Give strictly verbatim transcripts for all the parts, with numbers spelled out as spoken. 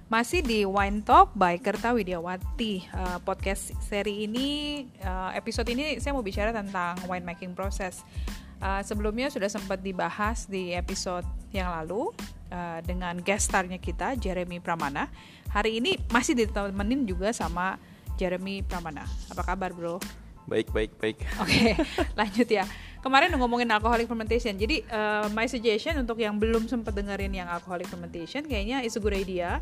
Masih di Wine Talk by Kerta Widiawati. uh, Podcast seri ini, uh, episode ini saya mau bicara tentang wine making process. uh, Sebelumnya sudah sempat dibahas di episode yang lalu uh, dengan guest starnya kita, Jeremy Pramana. Hari ini masih ditemenin juga sama Jeremy Pramana. Apa kabar bro? Baik, baik, baik. Oke, okay, lanjut ya. Kemarin udah ngomongin alcoholic fermentation. Jadi uh, my suggestion untuk yang belum sempat dengerin yang alcoholic fermentation, kayaknya is a good idea.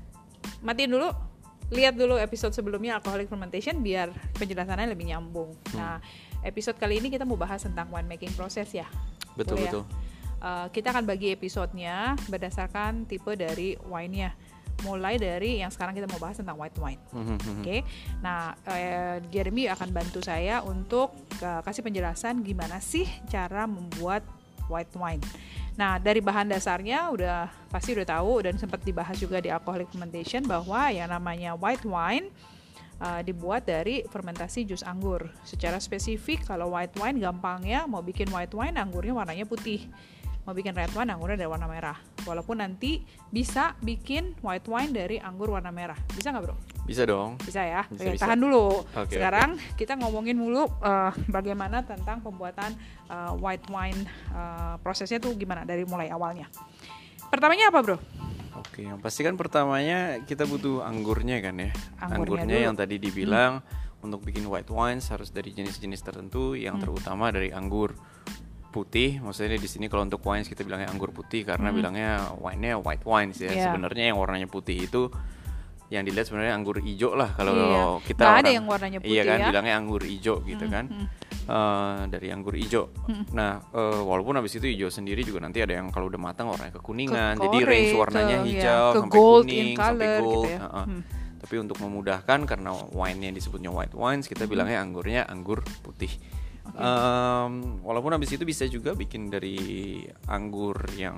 Matiin dulu, lihat dulu episode sebelumnya alcoholic fermentation biar penjelasannya lebih nyambung. Hmm. Nah, episode kali ini kita mau bahas tentang wine making process ya. Betul, Boleh betul. Ya? Uh, kita akan bagi episodenya berdasarkan tipe dari wine-nya. Mulai dari yang sekarang kita mau bahas tentang white wine. Mm-hmm. Oke. Okay? Nah, uh, Jeremy akan bantu saya untuk uh, kasih penjelasan gimana sih cara membuat white wine. Nah, dari bahan dasarnya udah pasti udah tahu dan sempat dibahas juga di alcoholic fermentation bahwa yang namanya white wine uh, dibuat dari fermentasi jus anggur. Secara spesifik kalau white wine gampangnya mau bikin white wine anggurnya warnanya putih. Mau bikin red wine anggurnya dari warna merah. Walaupun nanti bisa bikin white wine dari anggur warna merah. Bisa nggak bro? Bisa dong. Bisa ya. Bisa, Oke, bisa. tahan dulu. Okay, Sekarang okay. kita ngomongin dulu uh, bagaimana tentang pembuatan uh, white wine, uh, prosesnya tuh gimana dari mulai awalnya. Pertamanya apa bro? Oke, yang pasti kan pertamanya kita butuh anggurnya kan ya. Anggurnya, Anggurnya dulu. yang tadi dibilang hmm. untuk bikin white wines harus dari jenis-jenis tertentu yang hmm. terutama dari anggur putih. Maksudnya di sini kalau untuk wines kita bilangnya anggur putih karena hmm. bilangnya wine-nya white wines ya. Yeah. Sebenarnya yang warnanya putih itu yang dilihat sebenarnya anggur hijau lah kalau iya. kita Nggak orang, ada yang warnanya putih iya kan ya. bilangnya anggur hijau gitu hmm. kan. Hmm. Uh, dari anggur hijau. Hmm. Nah, uh, walaupun habis itu hijau sendiri juga nanti ada yang kalau udah matang warnanya kekuningan. Ke Jadi kore, range warnanya ke, hijau ya, ke sampai gold kuning in color, sampai gold. Gitu ya. Uh-uh. hmm. Tapi untuk memudahkan karena wine-nya disebutnya white wines, kita hmm. bilangnya anggurnya anggur putih. Okay. Um, walaupun habis itu bisa juga bikin dari anggur yang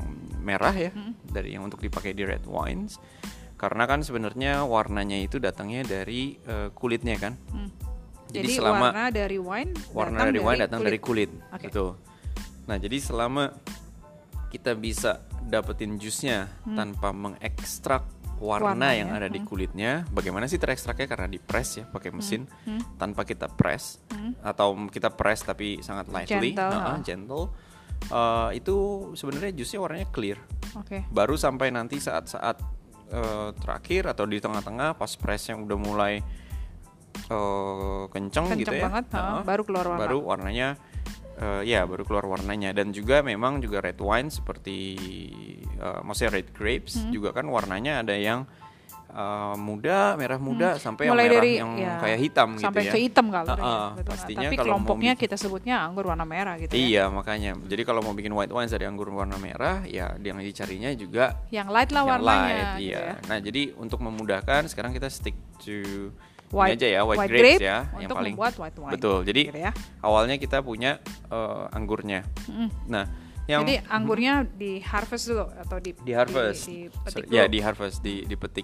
merah ya, hmm. dari yang untuk dipakai di red wines. Karena kan sebenarnya warnanya itu datangnya dari uh, kulitnya kan. Hmm. Jadi, jadi selama warna dari wine warna datang dari wine dari datang kulit. dari kulit, Okay. betul. Nah jadi selama kita bisa dapetin jusnya hmm. tanpa mengekstrak warna Warnanya. yang ada hmm. di kulitnya, bagaimana sih terekstraknya? Karena di press ya, pakai mesin, hmm. Hmm. tanpa kita press hmm. atau kita press tapi sangat lightly, gentle, uh-uh, gentle. Uh, itu sebenarnya jusnya warnanya clear. Okay. Baru sampai nanti saat-saat uh, terakhir atau di tengah-tengah pas press yang udah mulai Uh, kenceng, kenceng gitu ya, banget, uh, baru keluar warna. Baru warnanya, uh, ya baru keluar warnanya. Dan juga memang juga red wine seperti, uh, maksudnya red grapes hmm. juga kan warnanya ada yang uh, muda, merah muda hmm. sampai mulai yang merah dari, yang ya, kayak hitam sampai gitu ya. Sampai ke hitam kalau uh, uh, pastinya. Tapi kalau kelompoknya bikin, kita sebutnya anggur warna merah gitu iya, ya. makanya. Jadi kalau mau bikin white wine dari anggur warna merah, ya yang dicarinya juga yang light lah yang warnanya. Light, gitu iya. ya. Nah jadi untuk memudahkan sekarang kita stick to White, ini aja ya, white, white grapes grape ya, untuk yang paling membuat white wine. betul. Jadi gitu ya. awalnya kita punya uh, anggurnya. Mm. Nah, yang jadi anggurnya mm, di harvest dulu atau di di harvest, di, di petik so, ya di harvest, di dipetik.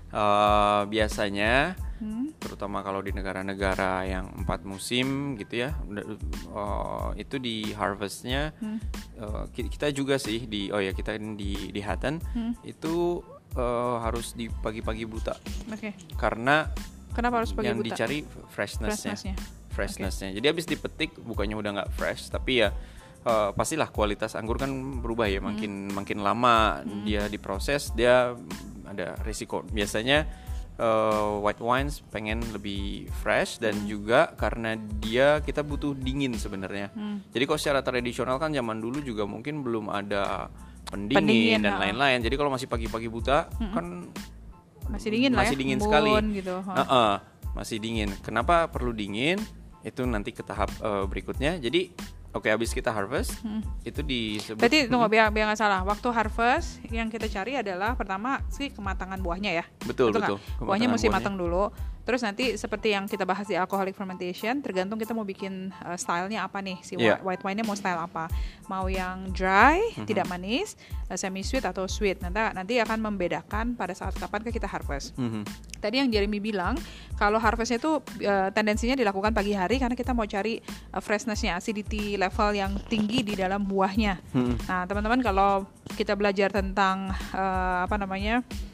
Uh, biasanya, hmm. terutama kalau di negara-negara yang empat musim gitu ya, uh, itu di harvestnya hmm. uh, kita juga sih di, oh ya kita di di Hatton hmm. itu uh, harus di pagi-pagi buta. Oke. Okay. Karena kenapa harus pagi yang buta? dicari freshness-nya. Freshness-nya. Freshness-nya. Okay. Jadi habis dipetik bukannya udah nggak fresh, tapi ya uh, pastilah kualitas anggur kan berubah ya, makin hmm. makin lama hmm. dia diproses dia ada risiko. Biasanya uh, white wines pengen lebih fresh dan hmm. juga karena dia kita butuh dingin sebenarnya. Hmm. Jadi kalau secara tradisional kan zaman dulu juga mungkin belum ada pendingin, pendingin dan lain-lain. Jadi kalau masih pagi-pagi buta hmm. kan masih dingin lah masih ya, dingin embun sekali. Gitu. Huh. Uh-uh, masih dingin. Kenapa perlu dingin? Itu nanti ke tahap uh, berikutnya. Jadi oke, habis kita harvest, hmm. itu disebut. Berarti tunggu biar biar nggak salah. Waktu harvest yang kita cari adalah pertama sih kematangan buahnya ya. Betul betul. betul. Buahnya mesti matang dulu. Terus nanti seperti yang kita bahas di alcoholic fermentation, tergantung kita mau bikin uh, stylenya apa nih, si yeah. white wine-nya mau style apa. Mau yang dry, mm-hmm. tidak manis, uh, semi sweet atau sweet. Nanti nanti akan membedakan pada saat kapan kita harvest. Mm-hmm. Tadi yang Jeremy bilang, kalau harvestnya itu uh, tendensinya dilakukan pagi hari karena kita mau cari uh, freshness-nya, acidity level yang tinggi di dalam buahnya. Mm-hmm. Nah, teman-teman kalau kita belajar tentang uh, apa namanya?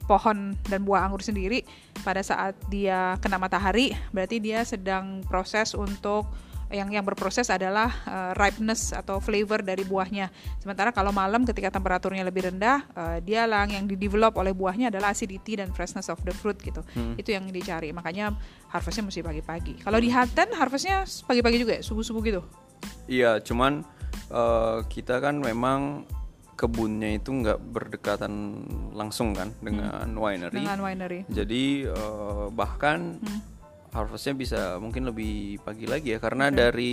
pohon dan buah anggur sendiri pada saat dia kena matahari berarti dia sedang proses untuk yang yang berproses adalah uh, ripeness atau flavor dari buahnya. Sementara kalau malam ketika temperaturnya lebih rendah, uh, dia lang yang di-develop oleh buahnya adalah acidity dan freshness of the fruit gitu. Hmm. Itu yang dicari. Makanya harvestnya mesti pagi-pagi. Kalau di Hutton harvestnya pagi-pagi juga ya, subuh-subuh gitu. Iya, cuman uh, kita kan memang kebunnya itu nggak berdekatan langsung kan dengan hmm. winery. Dengan winery. Jadi uh, bahkan hmm. harvestnya bisa mungkin lebih pagi lagi ya karena okay. dari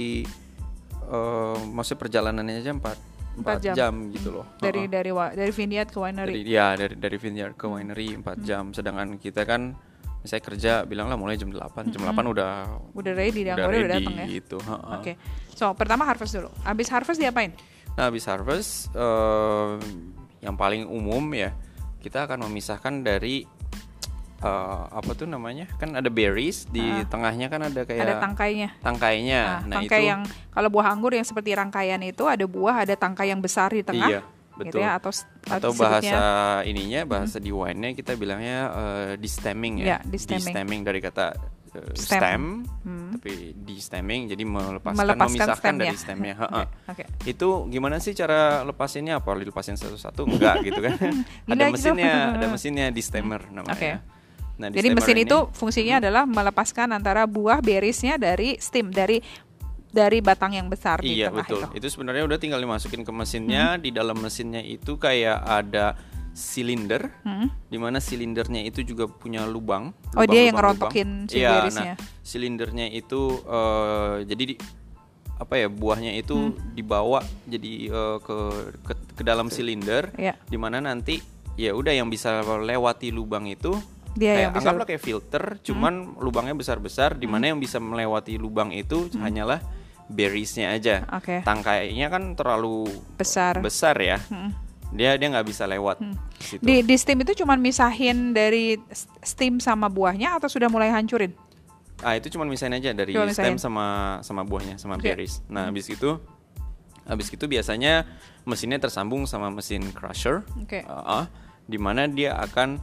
uh, maksudnya perjalanannya aja empat jam. jam gitu loh. Dari uh-uh. dari dari vineyard ke winery. Dari, ya dari dari vineyard ke winery empat hmm. jam. Sedangkan kita kan misalnya kerja bilang lah mulai jam delapan. Jam hmm. delapan udah udah ready, udah ready udah datang ya. Gitu. Uh-uh. Oke. Okay. So, pertama harvest dulu. Habis harvest diapain? Nah, habis harvest uh, yang paling umum ya kita akan memisahkan dari Uh, apa tuh namanya kan ada berries di uh, tengahnya kan ada kayak ada tangkainya tangkainya uh, nah tangkai itu yang kalau buah anggur yang seperti rangkaian itu ada buah ada tangkai yang besar di tengah iya betul gitu ya, atau atau bahasa ininya bahasa hmm. di wine-nya kita bilangnya uh, destemming ya, ya destemming. Destemming dari kata uh, stem, stem hmm. tapi destemming jadi melepaskan, melepaskan memisahkan stemnya. dari stemnya. okay. Okay. Itu gimana sih cara lepasinnya? Apa dilepasin satu-satu? Enggak gitu kan? Ada mesinnya, ada mesinnya destemmer namanya. Okay. Nah, jadi mesin ini, itu fungsinya hmm. adalah melepaskan antara buah berriesnya dari stem dari dari batang yang besar di iya, tengah betul. itu. Itu sebenarnya udah tinggal dimasukin ke mesinnya. Hmm. Di dalam mesinnya itu kayak ada silinder, hmm. di mana silindernya itu juga punya lubang. Oh lubang, dia yang lubang, ngerontokin si ya, berriesnya. Nah, silindernya itu uh, jadi di, apa ya buahnya itu hmm. dibawa jadi uh, ke, ke ke dalam silinder, yeah. di mana nanti ya udah yang bisa lewati lubang itu. Dia kayak, yang bisa anggaplah kayak filter, cuman hmm. lubangnya besar-besar, di mana hmm. yang bisa melewati lubang itu hmm. hanyalah berriesnya aja. Okay. Tangkainya kan terlalu besar, besar ya. Hmm. Dia dia nggak bisa lewat. Hmm. Di di stem itu cuman misahin dari stem sama buahnya atau sudah mulai hancurin? Ah itu cuman misahin aja dari Cuma stem misahin. sama sama buahnya sama okay. berries. Nah hmm. habis itu habis itu biasanya mesinnya tersambung sama mesin crusher, okay. uh, uh, di mana dia akan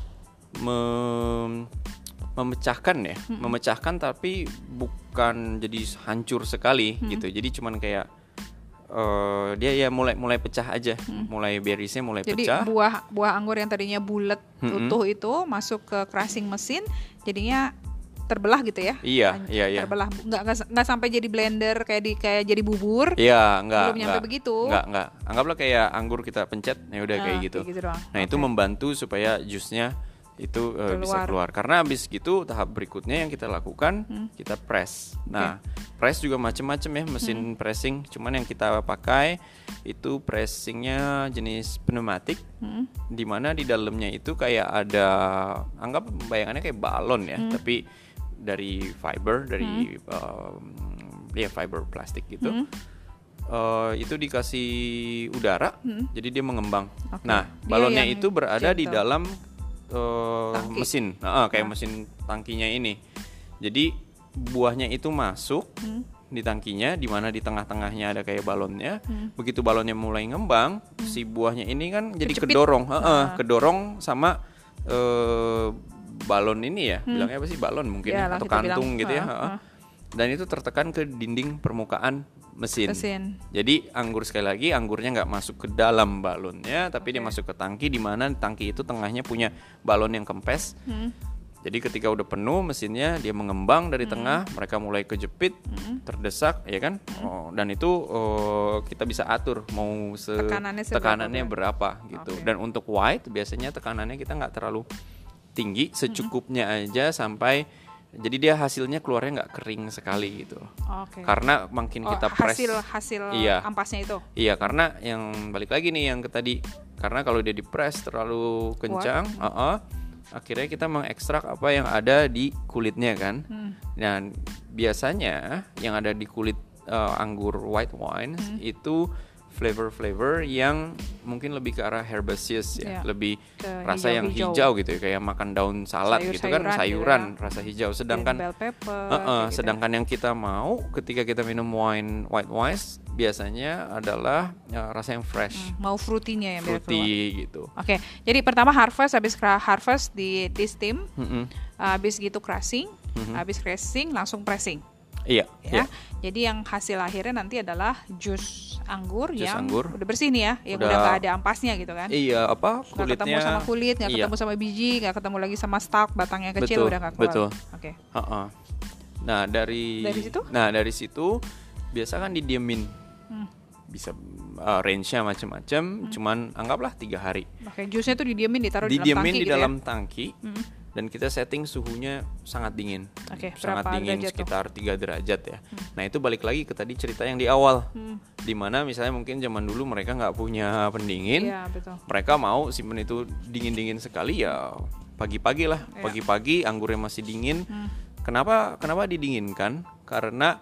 Mem- memecahkan ya, hmm. memecahkan tapi bukan jadi hancur sekali hmm. gitu. Jadi cuman kayak uh, dia ya mulai mulai pecah aja, hmm. mulai berriesnya mulai jadi pecah. Jadi buah buah anggur yang tadinya bulat hmm. utuh itu masuk ke crushing mesin, jadinya terbelah gitu ya? Iya, Hancur, iya, iya. Terbelah, nggak nggak sampai jadi blender kayak di kayak jadi bubur. Iya, nggak. Belum nyampe nggak, begitu. Nggak, nggak. Anggaplah kayak anggur kita pencet, ya udah nah, kayak gitu. Kayak gitu doang. Nah okay. itu membantu supaya jusnya itu uh, keluar. bisa keluar. Karena habis gitu tahap berikutnya yang kita lakukan hmm. kita press. Nah, okay. press juga macam-macam ya mesin hmm. pressing. Cuman yang kita pakai itu pressingnya jenis pneumatik, hmm. di mana di dalamnya itu kayak ada anggap bayangannya kayak balon ya, hmm. tapi dari fiber dari hmm. um, ya fiber plastik gitu. Hmm. Uh, itu dikasih udara, hmm. jadi dia mengembang. Okay. Nah, balonnya itu berada gentle. di dalam Uh, mesin, nah, kayak nah. mesin tangkinya ini. Jadi buahnya itu masuk hmm. di tangkinya, di mana di tengah-tengahnya ada kayak balonnya. Hmm. Begitu balonnya mulai ngembang, hmm. si buahnya ini kan jadi Kecepit. kedorong, uh, uh, nah. kedorong sama uh, balon ini ya, hmm. bilangnya apa sih balon mungkin ya, ya, atau kantung bilang. gitu uh, ya. Uh, uh. Dan itu tertekan ke dinding permukaan mesin. mesin. Jadi anggur sekali lagi anggurnya nggak masuk ke dalam balonnya, tapi okay. dia masuk ke tangki di mana tangki itu tengahnya punya balon yang kempes. Hmm. Jadi ketika udah penuh mesinnya dia mengembang dari hmm. tengah, mereka mulai kejepit, hmm. terdesak, ya kan? Hmm. Oh, dan itu oh, kita bisa atur mau se- tekanannya, tekanannya berapa gitu. Okay. Dan untuk white biasanya tekanannya kita nggak terlalu tinggi, secukupnya hmm. aja sampai jadi dia hasilnya keluarnya nggak kering sekali gitu. Okay. Karena makin oh, kita press hasil hasil iya, ampasnya itu. Iya, karena yang balik lagi nih yang ke tadi, karena kalau dia di press terlalu kencang, uh-uh, akhirnya kita mengekstrak apa yang ada di kulitnya kan. Hmm. Dan biasanya yang ada di kulit uh, anggur white wine hmm. itu flavor-flavor yang mungkin lebih ke arah herbaceous ya, Ya, lebih ke rasa yang hijau-hijau. hijau gitu ya, kayak makan daun salad gitu kan, Sayur-sayuran gitu sayuran ya. rasa hijau. Green Sedangkan bell pepper. uh-uh, kayak gitu. sedangkan yang kita mau ketika kita minum wine white wine biasanya adalah ya, rasa yang fresh, Hmm, mau fruity-nya yang biar keluar. fruity gitu. Oke, jadi pertama harvest, habis kra- harvest di di steam, Mm-mm. habis gitu crushing, Mhm. habis crushing langsung pressing, Iya, ya. iya. Jadi yang hasil akhirnya nanti adalah jus anggur Jus yang anggur. udah bersih nih ya, yang Udah- udah nggak ada ampasnya gitu kan. Iya, apa Nggak kulitnya? ketemu sama kulit, nggak iya. ketemu sama biji, nggak ketemu lagi sama stalk, batangnya kecil Betul, udah nggak keluar. betul. Oke. Uh-uh. Nah dari Dari situ? nah dari situ biasa kan didiemin, Hmm. bisa uh, range-nya macam-macam, cuman anggaplah tiga hari. Oke, jusnya tuh didiemin, ditaruh di dalam Didiemin tangki di gitu dalam ya. tangki Hmm. dan kita setting suhunya sangat dingin, Oke, sangat berapa dingin derajat tuh? sekitar tiga derajat ya. Nah itu balik lagi ke tadi cerita yang di awal, Hmm. dimana misalnya mungkin zaman dulu mereka nggak punya pendingin, Iya, betul. mereka mau simpen itu dingin-dingin sekali ya pagi-pagi lah, Iya. pagi-pagi anggurnya masih dingin. Hmm. Kenapa kenapa didinginkan? Karena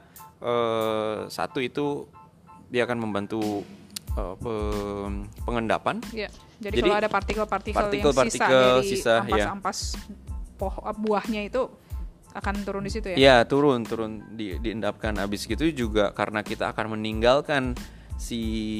eh, satu itu dia akan membantu eh, pe- pengendapan. Iya. Jadi, Jadi, kalau ada partikel-partikel yang partikel-partikel sisa dari sisa, ya. ampas-ampas poh- buahnya itu akan turun di situ ya. Ya turun turun di, diendapkan. Habis gitu juga karena kita akan meninggalkan si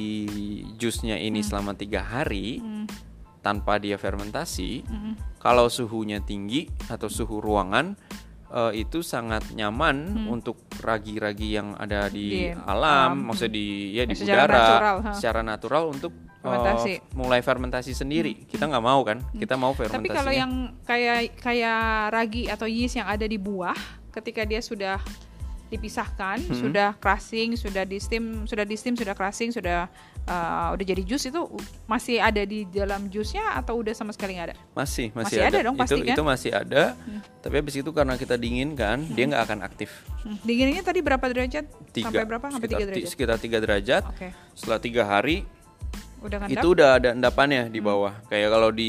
jusnya ini selama tiga hari Hmm. tanpa dia fermentasi. Hmm. Kalau suhunya tinggi atau suhu ruangan eh, itu sangat nyaman untuk ragi-ragi yang ada di, Di alam, alam, maksudnya di ya di Ya, secara udara, natural, ha. secara natural untuk eh, Fermentasi. mulai fermentasi sendiri. Kita nggak mau kan? Kita mau Tapi fermentasinya. kalau yang kayak kayak ragi atau yeast yang ada di buah, ketika dia sudah dipisahkan, Hmm. sudah crushing, sudah di steam, sudah di steam, sudah crushing, sudah uh, udah jadi jus, itu masih ada di dalam jusnya atau udah sama sekali nggak ada? Masih, masih, Masih ada dong, itu, pasti kan? itu masih ada. Tapi habis itu karena kita dingin kan, dia nggak akan aktif. Hmm. Dinginnya tadi berapa derajat? Tiga, Sampai berapa? Sampai sekitar, tiga ti- derajat. sekitar tiga derajat. Oke. Setelah tiga hari Udah ngendap? itu udah ada endapannya di bawah. Kayak kalau di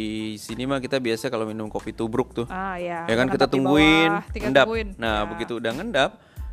sini mah kita biasa kalau minum kopi tubruk tuh, Ah ya. ya kan ngendap kita di tungguin bawah, tinggal ngendap. tungguin. Nah Ya. begitu udah ngendap,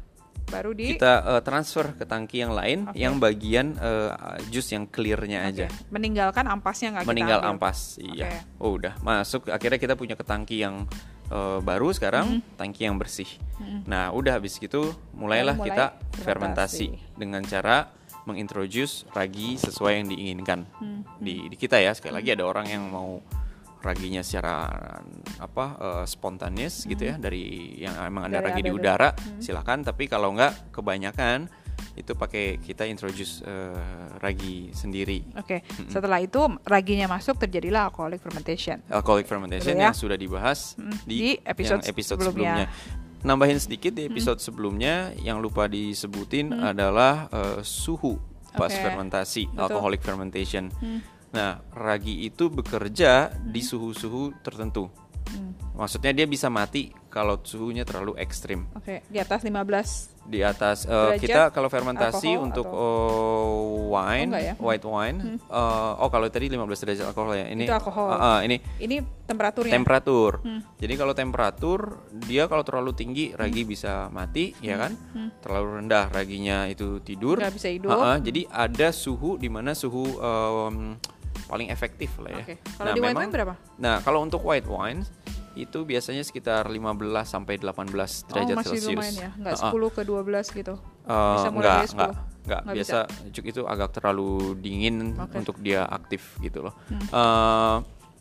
Baru di kita eh, transfer ke tangki yang lain, Oke. yang bagian eh, jus yang clearnya Oke. aja. Meninggalkan ampasnya nggak kita Meninggal ambil. ampas, iya. Oke. Oh udah masuk. Akhirnya kita punya ke tangki yang eh, baru sekarang, Mm-hmm. tangki yang bersih. Nah udah habis gitu mulailah Baru mulai kita fermentasi. fermentasi dengan cara mengintroduce ragi sesuai yang diinginkan Hmm. di, di kita ya. Sekali lagi ada orang yang mau raginya secara apa eh, spontaneous gitu ya, dari yang emang ada Dari ragi ada di dulu. udara, silakan. Tapi kalau nggak kebanyakan itu pakai kita introduce eh, ragi sendiri. Oke, setelah itu raginya masuk, terjadilah alcoholic fermentation. Alcoholic fermentation Betul ya? yang sudah dibahas Mm, di, di episode yang episode sebelumnya. sebelumnya. Nambahin sedikit di episode sebelumnya yang lupa disebutin adalah eh, suhu pas Oke, fermentasi, betul. alcoholic fermentation. Nah, ragi itu bekerja di suhu-suhu tertentu. Hmm. Maksudnya dia bisa mati kalau suhunya terlalu ekstrim. Oke, di atas lima belas. Di atas eh, Derajat kita kalau fermentasi alkohol untuk atau- oh, wine, Oh, enggak ya? white wine, eh, oh kalau tadi lima belas derajat alkohol ya. Ini Itu alkohol. ah, ah, ini Ini temperaturnya. temperatur. Jadi kalau temperatur dia kalau terlalu tinggi ragi bisa mati, ya kan? Terlalu rendah raginya itu tidur. Nggak bisa hidup. Ah, ah, jadi ada suhu di mana suhu em, paling efektif lah ya. Oke. Kalau di white wine berapa? Nah, kalau untuk white wine itu biasanya sekitar lima belas sampai delapan belas derajat Oh, masih Celcius. lumayan ya. Nggak Ah, ah. sepuluh ke dua belas gitu. Eh, Bisa mulai enggak, dari sepuluh. enggak, enggak, Nggak biasa cuk itu agak terlalu dingin Oke. Hmm. untuk dia aktif gitu loh. Eh,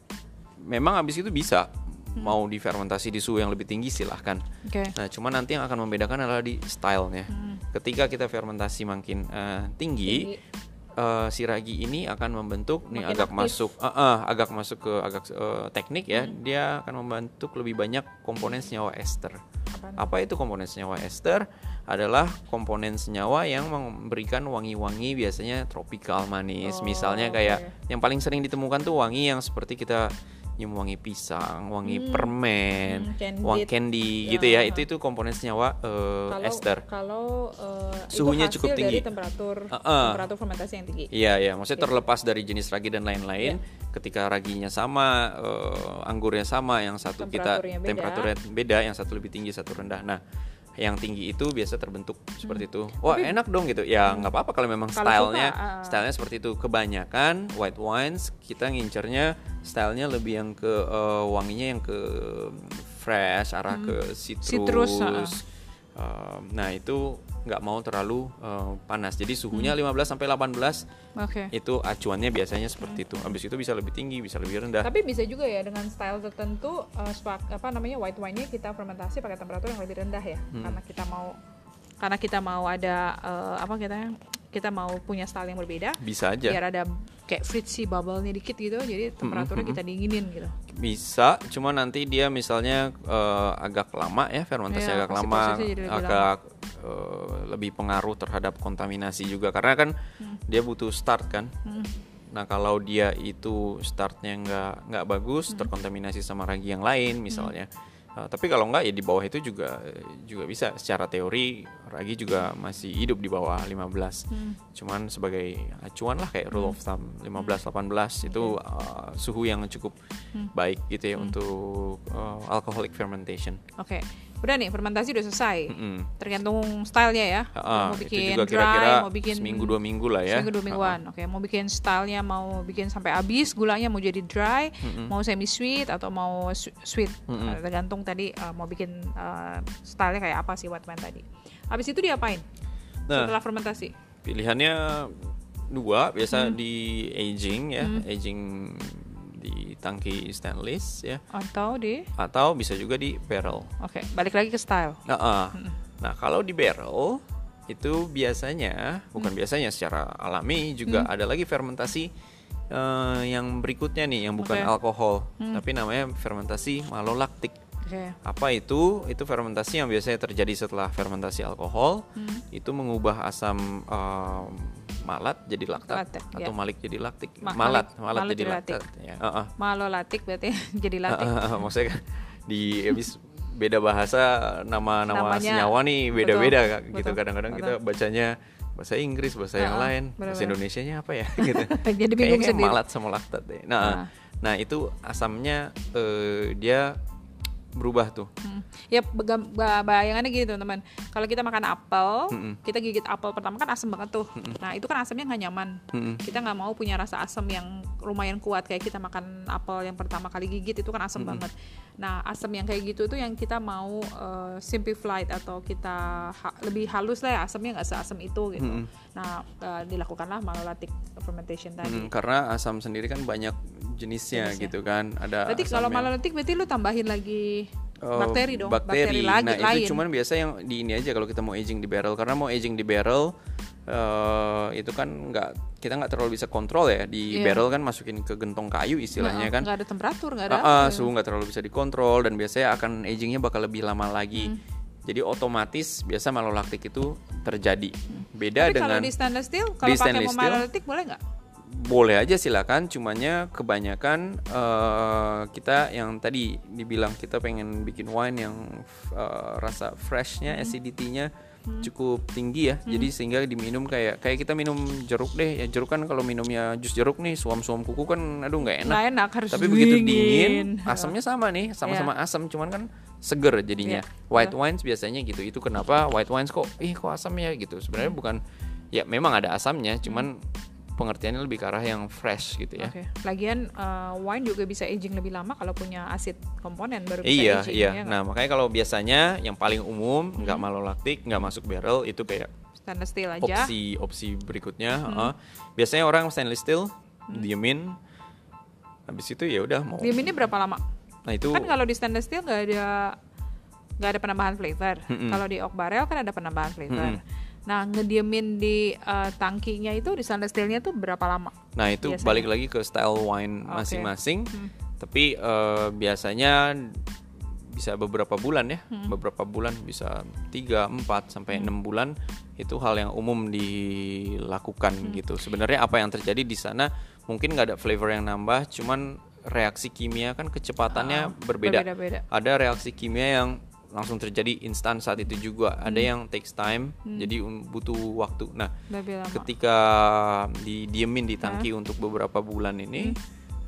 memang habis itu bisa mau difermentasi di suhu yang lebih tinggi silahkan. Oke. Nah, cuma nanti yang akan membedakan adalah di stylenya. Ketika kita fermentasi makin eh, tinggi, eh, si ragi ini akan membentuk nih Makin agak aktif. masuk, eh, eh, agak masuk ke agak eh, teknik ya. Dia akan membentuk lebih banyak komponen senyawa ester. Apaan? Apa itu komponen senyawa ester? Adalah komponen senyawa yang memberikan wangi-wangi biasanya tropikal manis. Oh, Misalnya kayak oke. yang paling sering ditemukan tuh wangi yang seperti kita nyium wangi pisang, wangi permen, Hmm, candied. wangi candy Ya. gitu ya. Itu itu komponen senyawa eh, Kalau ester. kalau eh, Suhunya itu hasil cukup tinggi. dari temperatur Uh-uh. temperatur fermentasi yang tinggi. Iya ya, maksudnya terlepas dari jenis ragi dan lain-lain, ketika raginya sama, eh, anggurnya sama, yang satu kita Temperaturnya beda. temperaturnya beda, yang satu lebih tinggi, satu rendah. Nah, yang tinggi itu biasa terbentuk seperti itu. Wah, tapi, enak dong gitu. Ya nggak apa-apa kalau memang stylenya uh, stylenya seperti itu. Kebanyakan white wines kita ngincernya stylenya lebih yang ke uh, wanginya yang ke fresh, arah hmm. ke citrus. citrus uh. Uh, nah itu nggak mau terlalu uh, panas. Jadi suhunya hmm. lima belas sampai delapan belas. Okay. Itu acuannya biasanya seperti itu. Habis itu bisa lebih tinggi, bisa lebih rendah. Tapi bisa juga ya dengan style tertentu uh, spak, apa namanya white wine-nya kita fermentasi pakai temperatur yang lebih rendah ya. Hmm. Karena kita mau karena kita mau ada uh, apa kita kita mau punya style yang berbeda. Bisa aja. Biar ada kayak frizzy bubble-nya dikit gitu. Jadi temperaturnya mm-hmm. kita dinginin gitu. Bisa, cuma nanti dia misalnya uh, agak lama ya, fermentasi ya, agak lama, agak uh, lebih pengaruh terhadap kontaminasi juga karena kan hmm. dia butuh start kan. Hmm. Nah kalau dia itu startnya nggak nggak bagus, hmm. terkontaminasi sama ragi yang lain misalnya. Hmm. Uh, tapi kalau enggak ya di bawah itu juga juga bisa. Secara teori ragi juga masih hidup di bawah lima belas. Hmm. Cuman sebagai acuan lah kayak rule of thumb lima belas delapan belas hmm. itu uh, suhu yang cukup hmm. baik gitu ya hmm. untuk uh, alcoholic fermentation. Oke. Okay. Udah nih fermentasi udah selesai. Mm-hmm. Tergantung stylenya ya. Uh, mau bikin itu juga dry, kira-kira mau bikin seminggu dua minggu lah ya. Seminggu dua mingguan. Uh-huh. Oke, okay. Mau bikin stylenya mau bikin sampai habis, gulanya mau jadi dry, mm-hmm. mau semi sweet atau mau sweet. Mm-hmm. Uh, tergantung tadi uh, mau bikin uh, stylenya kayak apa sih white wine tadi. Habis itu diapain? Nah, setelah fermentasi. Pilihannya dua, biasa hmm. di aging ya, hmm. aging di tangki stainless ya, atau di atau bisa juga di barrel. Oke, okay. Balik lagi ke style. Nah, uh. hmm. nah kalau di barrel itu biasanya bukan hmm. biasanya secara alami juga hmm. ada lagi fermentasi uh, yang berikutnya nih yang bukan okay. alkohol, hmm. tapi namanya fermentasi malolaktik. Okay. Apa itu? Itu fermentasi yang biasanya terjadi setelah fermentasi alkohol. Hmm. Itu mengubah asam um, malat jadi laktat, laktat atau ya. Malik jadi laktik. Ma- malat, malat, malat jadi laktat. Ya. Uh-uh. Malolaktik berarti jadi laktik. Uh-uh. Maksudnya kan di habis beda bahasa nama-nama senyawa nih beda-beda betul, gitu. Betul, kadang-kadang betul. Kita bacanya bahasa Inggris, bahasa uh-uh. yang lain, bener-bener. Bahasa Indonesianya apa ya gitu. Jadi bingung sendiri. Malat sama laktat deh. Nah, uh. nah itu asamnya uh, dia berubah tuh. Hmm. Ya bayangannya gitu teman-teman. Kalau kita makan apel, hmm. kita gigit apel pertama kan asam banget tuh. Hmm. Nah itu kan asamnya nggak nyaman. Hmm. Kita nggak mau punya rasa asam yang lumayan kuat kayak kita makan apel yang pertama kali gigit itu kan asam hmm. banget. Nah asam yang kayak gitu tuh yang kita mau uh, simplified atau kita ha- lebih halus lah ya asamnya nggak seasam itu gitu. Hmm. Nah uh, dilakukanlah malolactic fermentation tadi. Hmm, karena asam sendiri kan banyak jenisnya, jenisnya. Gitu kan. Ada. Berarti kalau malolactic berarti lu tambahin lagi Oh, bakteri dong, bakteri, bakteri lagi nah lain. Itu cuman biasa yang di ini aja kalau kita mau aging di barrel, karena mau aging di barrel uh, itu kan nggak kita nggak terlalu bisa kontrol ya di yeah. barrel kan masukin ke gentong kayu istilahnya nah, kan. Nggak ada temperatur, nggak ada. Uh, uh, suhu nggak terlalu bisa dikontrol dan biasanya akan agingnya bakal lebih lama lagi. Hmm. Jadi otomatis biasa malolaktik itu terjadi. Hmm. Beda Tapi dengan kalau di stainless steel, kalau pakai malolaktik boleh nggak? Boleh aja silakan, cumannya kebanyakan uh, kita yang tadi dibilang kita pengen bikin wine yang uh, rasa freshnya, hmm. acidity-nya hmm. cukup tinggi ya. Hmm. Jadi sehingga diminum kayak kayak kita minum jeruk deh. Ya jeruk kan kalau minumnya jus jeruk nih, suam-suam kuku kan aduh nggak enak. Nggak enak, harus Tapi dingin. Begitu dingin, asamnya sama nih, sama-sama yeah. asam, cuman kan seger jadinya. Yeah. White wines biasanya gitu. Itu kenapa white wines kok ih kok asam ya gitu. Sebenarnya hmm. bukan ya memang ada asamnya, cuman hmm. pengertiannya lebih ke arah yang fresh gitu ya. Okay. Lagian uh, wine juga bisa aging lebih lama kalau punya asid komponen baru bisa iya, aging. Iya, iya. Nah makanya kalau biasanya yang paling umum nggak hmm. malolaktik, nggak masuk barrel itu kayak stainless steel aja. Opsi opsi berikutnya, hmm. uh, biasanya orang stainless steel hmm. diemin, habis itu ya udah mau. Dieminnya berapa lama? Nah itu kan kalau di stainless steel nggak ada nggak ada penambahan flavor. Hmm. Kalau di oak barrel kan ada penambahan flavor. Hmm. Nah, ngediemin di uh, tangkinya itu di stainless steel-nya tuh berapa lama? Nah, itu biasanya? Balik lagi ke style wine okay. masing-masing. Hmm. Tapi uh, biasanya bisa beberapa bulan ya. Hmm. Beberapa bulan bisa tiga, empat sampai enam hmm. bulan itu hal yang umum dilakukan hmm. gitu. Sebenarnya apa yang terjadi di sana mungkin nggak ada flavor yang nambah, cuman reaksi kimia kan kecepatannya oh, berbeda. Berbeda-beda. Ada reaksi kimia yang langsung terjadi instan saat itu juga. Hmm. Ada yang takes time, hmm. jadi butuh waktu. Nah, ketika didiemin di tangki huh? untuk beberapa bulan ini, hmm.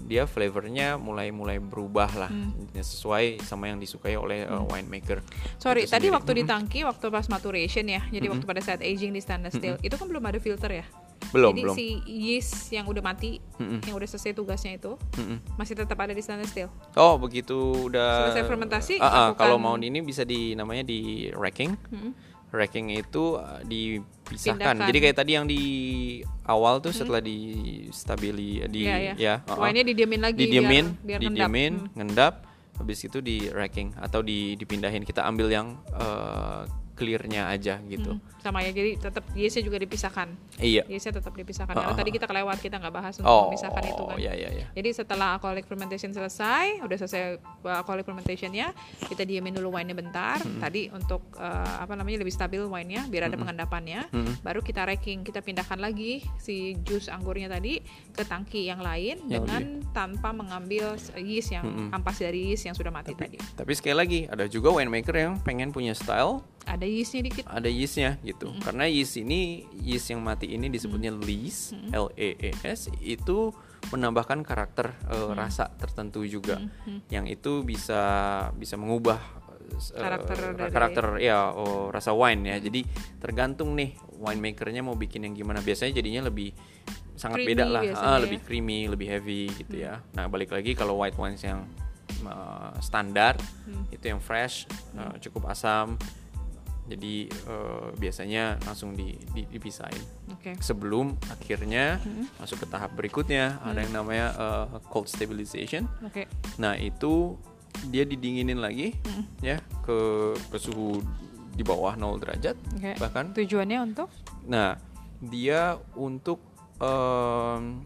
dia flavornya mulai-mulai berubah lah, hmm. sesuai sama yang disukai oleh uh, winemaker. Sorry, itu tadi sendiri. waktu di Mm-hmm. tangki, waktu pas maturation ya, jadi mm-hmm. waktu pada saat aging di stainless steel, mm-hmm. itu kan belum ada filter ya? Belum, jadi belum. si yeast yang udah mati, mm-hmm. yang udah selesai tugasnya itu, mm-hmm. masih tetap ada di stainless steel. Oh, begitu udah selesai fermentasi. Uh, uh, kalau mau ini bisa di namanya di racking. Mm-hmm. Racking itu uh, dipisahkan. Pindahkan. Jadi kayak tadi yang di awal tuh setelah hmm. di stabili di ya, ya. ya uh-uh. Wine-nya didiemin lagi didiemin, biar, biar didiemin, ngendap. Hmm. ngendap, habis itu di racking atau di dipindahin. Kita ambil yang uh, clear-nya aja gitu. Hmm, sama ya, jadi tetap yeast-nya juga dipisahkan. Iya. Yeast-nya tetap dipisahkan. Uh-uh. Karena tadi kita kelewat, kita nggak bahas untuk oh, memisahkan itu kan. Iya, iya, iya. Jadi setelah alcoholic fermentation selesai, udah selesai alcoholic fermentation-nya, kita diemin dulu wine-nya bentar. Hmm. Tadi untuk uh, apa namanya lebih stabil wine-nya, biar ada hmm. pengendapannya. Hmm. Baru kita racking, kita pindahkan lagi si jus anggurnya tadi ke tangki yang lain yang dengan lebih. Tanpa mengambil yeast yang hmm. ampas dari yeast yang sudah mati tapi, tadi. Tapi sekali lagi ada juga winemaker yang pengen punya style. Ada yeastnya dikit. Ada yeastnya gitu. Mm-hmm. Karena yeast ini, yeast yang mati ini disebutnya mm-hmm. lees, mm-hmm. L E E S, itu menambahkan karakter uh, mm-hmm. rasa tertentu juga, mm-hmm. yang itu bisa bisa mengubah uh, karakter dari... karakter ya oh, rasa wine ya. Mm-hmm. Jadi tergantung nih winemakernya mau bikin yang gimana. Biasanya jadinya lebih sangat creamy beda lah, ah, ya. lebih creamy, lebih heavy gitu mm-hmm. ya. Nah balik lagi kalau white wines yang uh, standar mm-hmm. itu yang fresh, uh, cukup asam. Jadi uh, biasanya langsung di, di, dipisahin. Okay. Sebelum akhirnya mm-hmm. masuk ke tahap berikutnya, mm-hmm. ada yang namanya uh, cold stabilization. Okay. Nah itu dia didinginin lagi, mm-hmm. ya ke ke suhu di bawah nol derajat. Okay. Bahkan. Tujuannya untuk? Nah dia untuk um,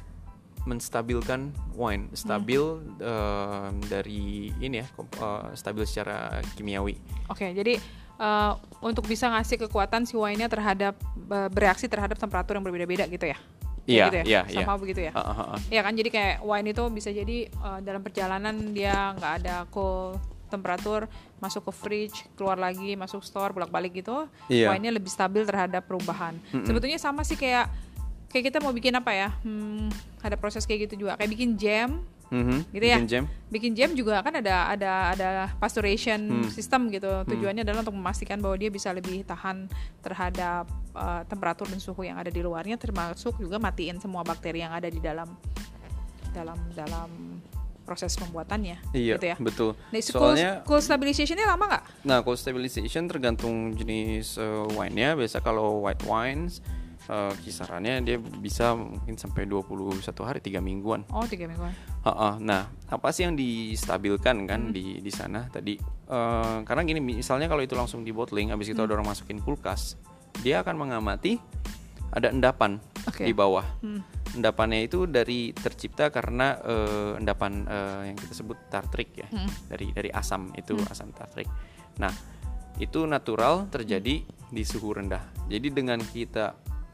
menstabilkan wine, stabil hmm. uh, dari ini ya, uh, stabil secara kimiawi. Oke, okay, jadi uh, untuk bisa ngasih kekuatan si wine-nya terhadap uh, bereaksi terhadap temperatur yang berbeda-beda gitu ya? Iya, gitu ya? iya, sama iya. begitu ya? Uh, uh, uh. Ya kan, jadi kayak wine itu bisa jadi uh, dalam perjalanan dia nggak ada cold temperatur, masuk ke fridge, keluar lagi, masuk store, bolak-balik gitu, yeah. wine-nya lebih stabil terhadap perubahan. Mm-mm. Sebetulnya sama sih kayak kayak kita mau bikin apa ya? Hmm, ada proses kayak gitu juga, kayak bikin jam, mm-hmm. gitu ya. Bikin jam. Bikin jam juga kan ada ada ada pasteurization hmm. system gitu. Tujuannya hmm. adalah untuk memastikan bahwa dia bisa lebih tahan terhadap uh, temperatur dan suhu yang ada di luarnya, termasuk juga matiin semua bakteri yang ada di dalam dalam dalam proses pembuatannya. Iya, gitu ya. Betul. Nah, soalnya cold stabilization-nya lama nggak? Nah, cold stabilization tergantung jenis uh, wine-nya. Biasa kalau white wines uh, kisarannya dia bisa mungkin sampai dua puluh satu hari, tiga mingguan. Oh, tiga mingguan. Uh-uh. Nah, apa sih yang distabilkan kan hmm. di di sana tadi? Uh, karena gini, misalnya kalau itu langsung di bottling, habis itu hmm. ada orang masukin kulkas, dia akan mengamati ada endapan okay. di bawah. Hmm. Endapannya itu dari tercipta karena uh, endapan uh, yang kita sebut tartrik ya, hmm. dari dari asam itu hmm. asam tartrik. Nah, itu natural terjadi hmm. di suhu rendah. Jadi dengan kita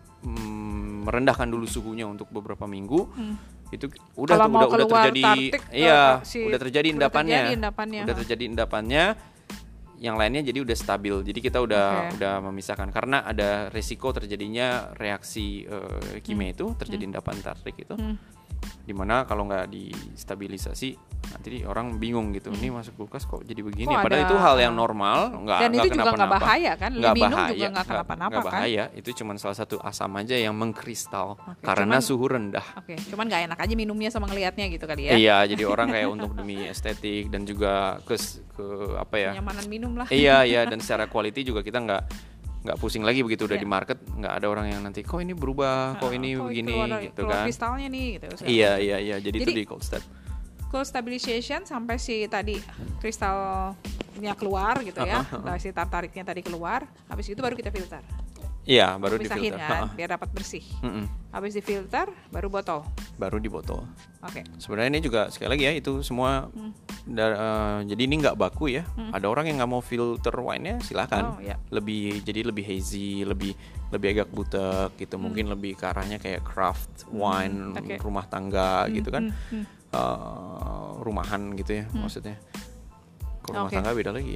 mm, merendahkan dulu suhunya untuk beberapa minggu, hmm. itu udah tuh, udah udah terjadi, tartik, iya, si, udah terjadi endapannya, terjadi endapannya, udah terjadi endapannya. Yang lainnya jadi udah stabil. Jadi kita udah okay. udah memisahkan karena ada resiko terjadinya reaksi uh, kimia hmm. itu terjadi hmm. endapan tartrik itu. Hmm. Dimana kalau nggak distabilisasi nanti orang bingung gitu, hmm. ini masuk kulkas kok jadi begini. Oh, padahal ada, itu hal yang normal, nggak dan nggak itu juga nggak bahaya kan? Nggak minum bahaya, juga nggak kenapa-napa nggak bahaya. Kan? Itu cuma salah satu asam aja yang mengkristal okay, karena cuman, suhu rendah. Oke, okay, cuman nggak enak aja minumnya sama ngelihatnya gitu kali ya? Iya, jadi orang kayak untuk demi estetik dan juga ke ke apa ya? Kenyamanan minum lah. Iya, iya, dan secara quality juga kita nggak nggak pusing lagi begitu udah yeah. di market, nggak ada orang yang nanti kok ini berubah, kok ini kok begini keluar, gitu keluar kan? Kristalnya nih, gitu. Iya, iya, iya. Jadi, jadi itu di cold step. Cold stabilization sampai si tadi kristalnya keluar gitu ya, uh-huh. nah, si tartariknya tadi keluar, habis itu baru kita filter. Iya, baru Pisahin difilter. Kan, biar dapat bersih. Mm-mm. Habis difilter, baru botol. Baru di botol. Oke. Okay. Sebenarnya ini juga sekali lagi ya, itu semua. Mm. Da- uh, jadi ini nggak baku ya. Mm. Ada orang yang nggak mau filter wine-nya, silakan. Oh, yeah. Lebih jadi lebih hazy, lebih lebih agak butek gitu. Mm. Mungkin lebih ke arahnya kayak craft wine, mm. okay. rumah tangga mm. gitu kan. Mm. Uh, rumahan gitu ya, mm. maksudnya. Kalau rumah okay. tangga beda lagi ya.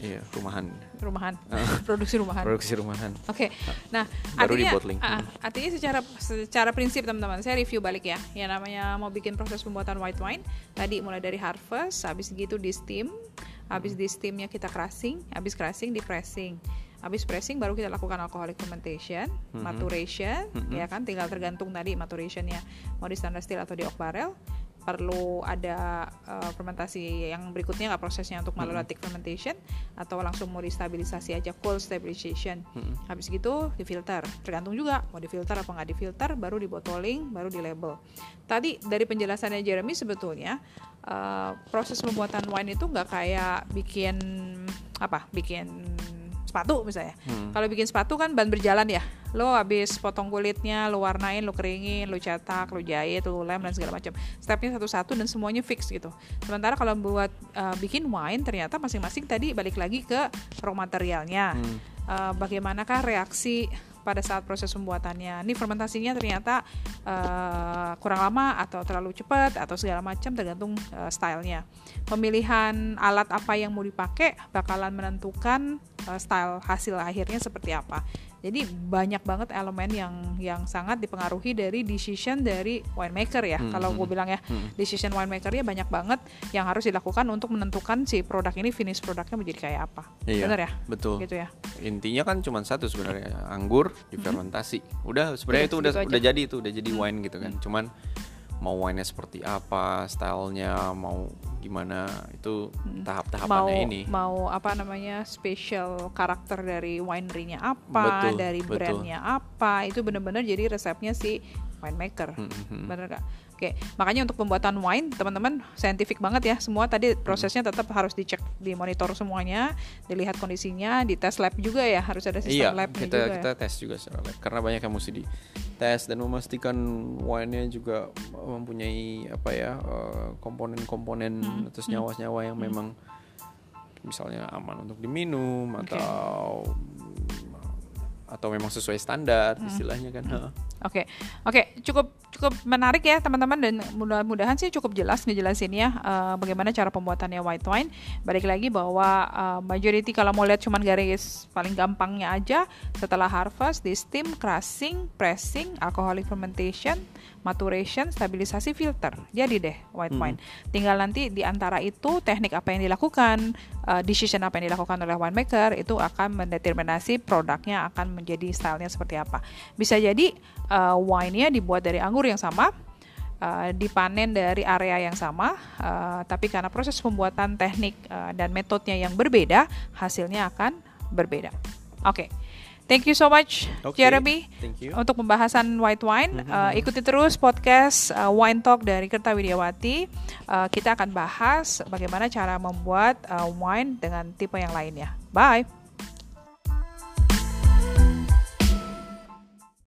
Iya, rumahan. Rumahan, produksi rumahan. Produksi rumahan. Oke, okay. Nah baru artinya, di bottling. uh, artinya secara secara prinsip teman-teman, saya review balik ya. Yang namanya mau bikin proses pembuatan white wine, tadi mulai dari harvest, habis gitu di steam, habis di steamnya kita crushing, habis crushing di pressing. Habis pressing baru kita lakukan alcoholic fermentation, mm-hmm. maturation, mm-hmm. ya kan, tinggal tergantung tadi maturationnya mau di standard still atau di oak barrel. Perlu ada uh, fermentasi yang berikutnya nggak prosesnya untuk malolactic mm-hmm. fermentation atau langsung mau distabilisasi aja cold stabilization. Mm-hmm. Habis gitu difilter, tergantung juga mau difilter apa nggak difilter, baru di bottling, baru di label. Tadi dari penjelasannya Jeremy sebetulnya uh, proses pembuatan wine itu nggak kayak bikin apa, bikin sepatu misalnya. Hmm. Kalau bikin sepatu kan ban berjalan ya. Lo habis potong kulitnya, lo warnain, lo keringin, lo cetak, lo jahit, lo lem dan segala macam. Stepnya satu-satu dan semuanya fix gitu. Sementara kalau buat uh, bikin wine ternyata masing-masing tadi balik lagi ke raw materialnya. Hmm. Uh, bagaimanakah reaksi pada saat proses pembuatannya. Ini fermentasinya ternyata uh, kurang lama atau terlalu cepat atau segala macam tergantung uh, stylenya. Pemilihan alat apa yang mau dipakai bakalan menentukan uh, style hasil akhirnya seperti apa. Jadi banyak banget elemen yang yang sangat dipengaruhi dari decision dari winemaker ya. Hmm, Kalau gue bilang ya, hmm. decision winemakernya banyak banget yang harus dilakukan untuk menentukan si produk ini finish produknya menjadi kayak apa. Iya, benar ya? Betul. Gitu ya. Intinya kan cuma satu sebenarnya, anggur difermentasi. Hmm. Udah sebenarnya itu udah gitu udah jadi itu udah jadi hmm. wine gitu kan. Hmm. Cuman mau wine-nya seperti apa, stylenya mau gimana, itu hmm. tahap-tahapannya mau, ini. Mau apa namanya, special karakter dari winery-nya apa, betul, dari betul. brand-nya apa, itu benar-benar jadi resepnya si winemaker. Hmm. Bener gak? Oke, makanya untuk pembuatan wine, teman-teman, saintifik banget ya. Semua tadi prosesnya tetap harus dicek, dimonitor semuanya, dilihat kondisinya, di tes lab juga ya, harus ada sistem iya, lab kita, juga kita ya. tes juga secara lab, karena banyak yang mesti dites dan memastikan wine-nya juga mempunyai apa ya, komponen-komponen hmm. atau senyawa-senyawa yang hmm. memang misalnya aman untuk diminum okay. atau atau memang sesuai standar hmm. istilahnya kan. Oke, okay. oke, okay. cukup cukup menarik ya teman-teman, dan mudah-mudahan sih cukup jelas ngejelasinnya uh, bagaimana cara pembuatannya white wine. Balik lagi bahwa uh, majority kalau mau lihat cuman garis paling gampangnya aja, setelah harvest, di steam, crushing, pressing, alcoholic fermentation, maturation, stabilisasi, filter. Jadi deh white wine. Hmm. Tinggal nanti di antara itu teknik apa yang dilakukan, uh, decision apa yang dilakukan oleh winemaker itu akan mendeterminasi produknya akan menjadi stylenya seperti apa. Bisa jadi uh, wine-nya dibuat dari anggur yang sama, uh, dipanen dari area yang sama, uh, tapi karena proses pembuatan teknik uh, dan metodenya yang berbeda, hasilnya akan berbeda. Oke. Okay. Thank you so much, okay, Jeremy, thank you. Untuk pembahasan white wine. Mm-hmm. Uh, ikuti terus podcast uh, Wine Talk dari Kerta Widiawati. Uh, kita akan bahas bagaimana cara membuat uh, wine dengan tipe yang lainnya. Bye.